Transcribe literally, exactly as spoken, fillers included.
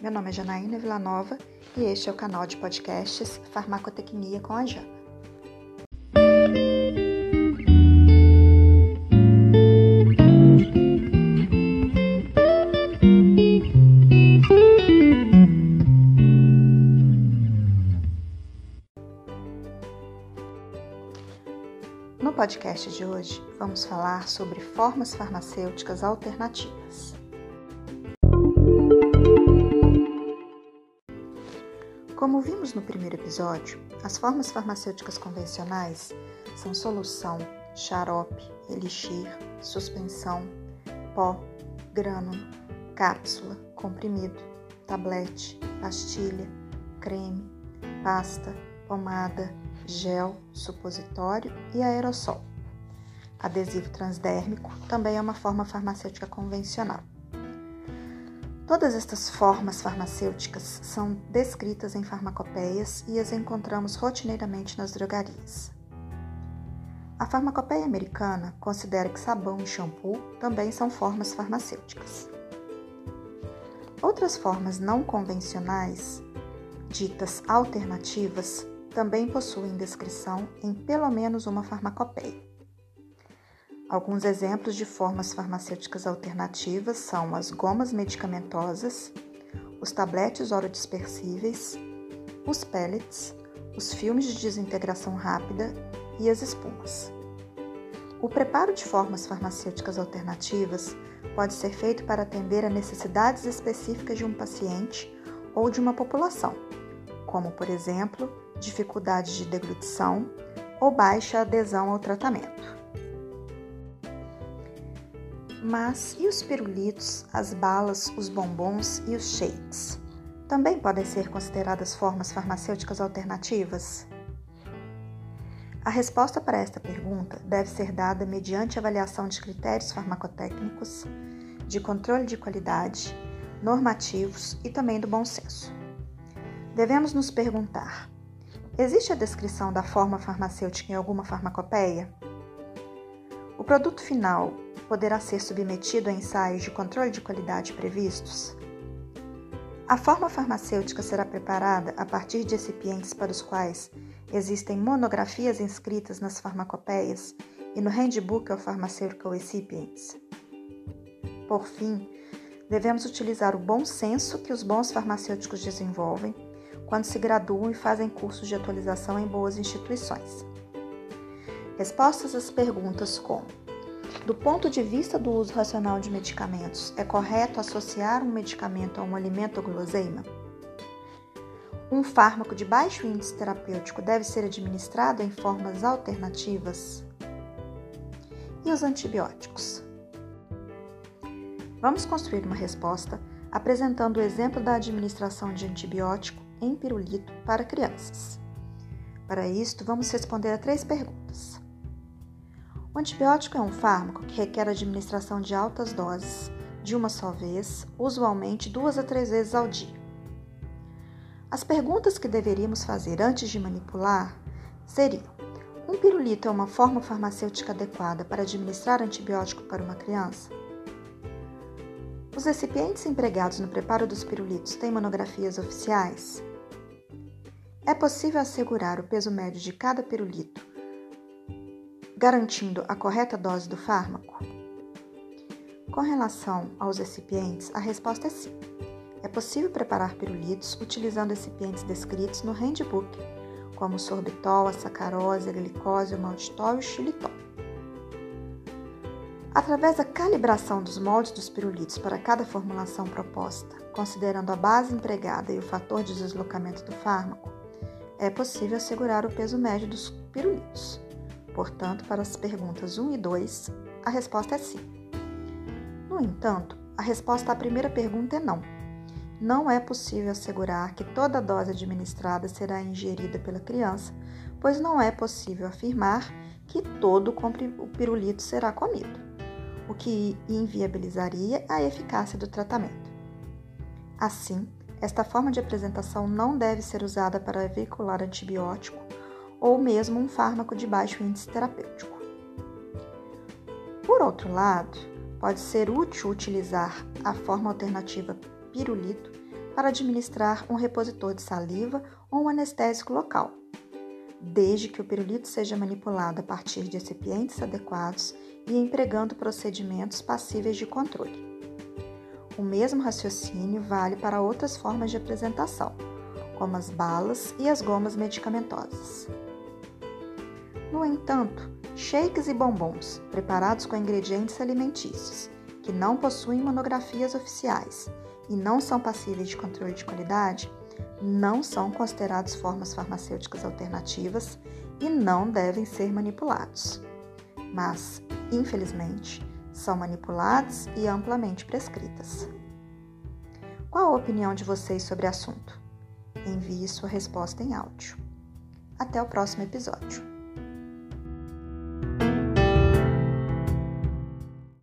meu nome é Janaína Villanova e este é o canal de podcasts Farmacotecnia com a Jana. No podcast de hoje, vamos falar sobre formas farmacêuticas alternativas. Como vimos no primeiro episódio, as formas farmacêuticas convencionais são solução, xarope, elixir, suspensão, pó, grânulo, cápsula, comprimido, tablete, pastilha, creme, pasta, pomada, gel, supositório e aerossol. Adesivo transdérmico também é uma forma farmacêutica convencional. Todas estas formas farmacêuticas são descritas em farmacopeias e as encontramos rotineiramente nas drogarias. A farmacopeia americana considera que sabão e shampoo também são formas farmacêuticas. Outras formas não convencionais, ditas alternativas, também possuem descrição em pelo menos uma farmacopeia. Alguns exemplos de formas farmacêuticas alternativas são as gomas medicamentosas, os tabletes orodispersíveis, os pellets, os filmes de desintegração rápida e as espumas. O preparo de formas farmacêuticas alternativas pode ser feito para atender a necessidades específicas de um paciente ou de uma população, como, por exemplo, dificuldade de deglutição ou baixa adesão ao tratamento. Mas e os pirulitos, as balas, os bombons e os shakes? Também podem ser consideradas formas farmacêuticas alternativas? A resposta para esta pergunta deve ser dada mediante avaliação de critérios farmacotécnicos, de controle de qualidade, normativos e também do bom senso. Devemos nos perguntar: existe a descrição da forma farmacêutica em alguma farmacopeia? O produto final poderá ser submetido a ensaios de controle de qualidade previstos? A forma farmacêutica será preparada a partir de recipientes para os quais existem monografias inscritas nas farmacopeias e no Handbook of Pharmaceutical Recipients. Por fim, devemos utilizar o bom senso que os bons farmacêuticos desenvolvem quando se graduam e fazem cursos de atualização em boas instituições. Respostas às perguntas como: do ponto de vista do uso racional de medicamentos, é correto associar um medicamento a um alimento ou guloseima? Um fármaco de baixo índice terapêutico deve ser administrado em formas alternativas? E os antibióticos? Vamos construir uma resposta apresentando o exemplo da administração de antibiótico em pirulito para crianças. Para isto, vamos responder a três perguntas. O antibiótico é um fármaco que requer administração de altas doses, de uma só vez, usualmente duas a três vezes ao dia. As perguntas que deveríamos fazer antes de manipular seriam: um pirulito é uma forma farmacêutica adequada para administrar antibiótico para uma criança? Os recipientes empregados no preparo dos pirulitos têm monografias oficiais? É possível assegurar o peso médio de cada pirulito, garantindo a correta dose do fármaco? Com relação aos recipientes, a resposta é sim. É possível preparar pirulitos utilizando recipientes descritos no Handbook, como o sorbitol, a sacarose, a glicose, o maltitol e o xilitol. Através da calibração dos moldes dos pirulitos para cada formulação proposta, considerando a base empregada e o fator de deslocamento do fármaco, é possível assegurar o peso médio dos pirulitos. Portanto, para as perguntas um e dois, a resposta é sim. No entanto, a resposta à primeira pergunta é não. Não é possível assegurar que toda a dose administrada será ingerida pela criança, pois não é possível afirmar que todo o pirulito será comido, o que inviabilizaria a eficácia do tratamento. Assim, esta forma de apresentação não deve ser usada para veicular antibiótico ou mesmo um fármaco de baixo índice terapêutico. Por outro lado, pode ser útil utilizar a forma alternativa pirulito para administrar um repositor de saliva ou um anestésico local, desde que o pirulito seja manipulado a partir de recipientes adequados e empregando procedimentos passíveis de controle. O mesmo raciocínio vale para outras formas de apresentação, como as balas e as gomas medicamentosas. No entanto, shakes e bombons preparados com ingredientes alimentícios que não possuem monografias oficiais e não são passíveis de controle de qualidade não são considerados formas farmacêuticas alternativas e não devem ser manipulados. Mas, infelizmente, são manipuladas e amplamente prescritas. Qual a opinião de vocês sobre o assunto? Envie sua resposta em áudio. Até o próximo episódio.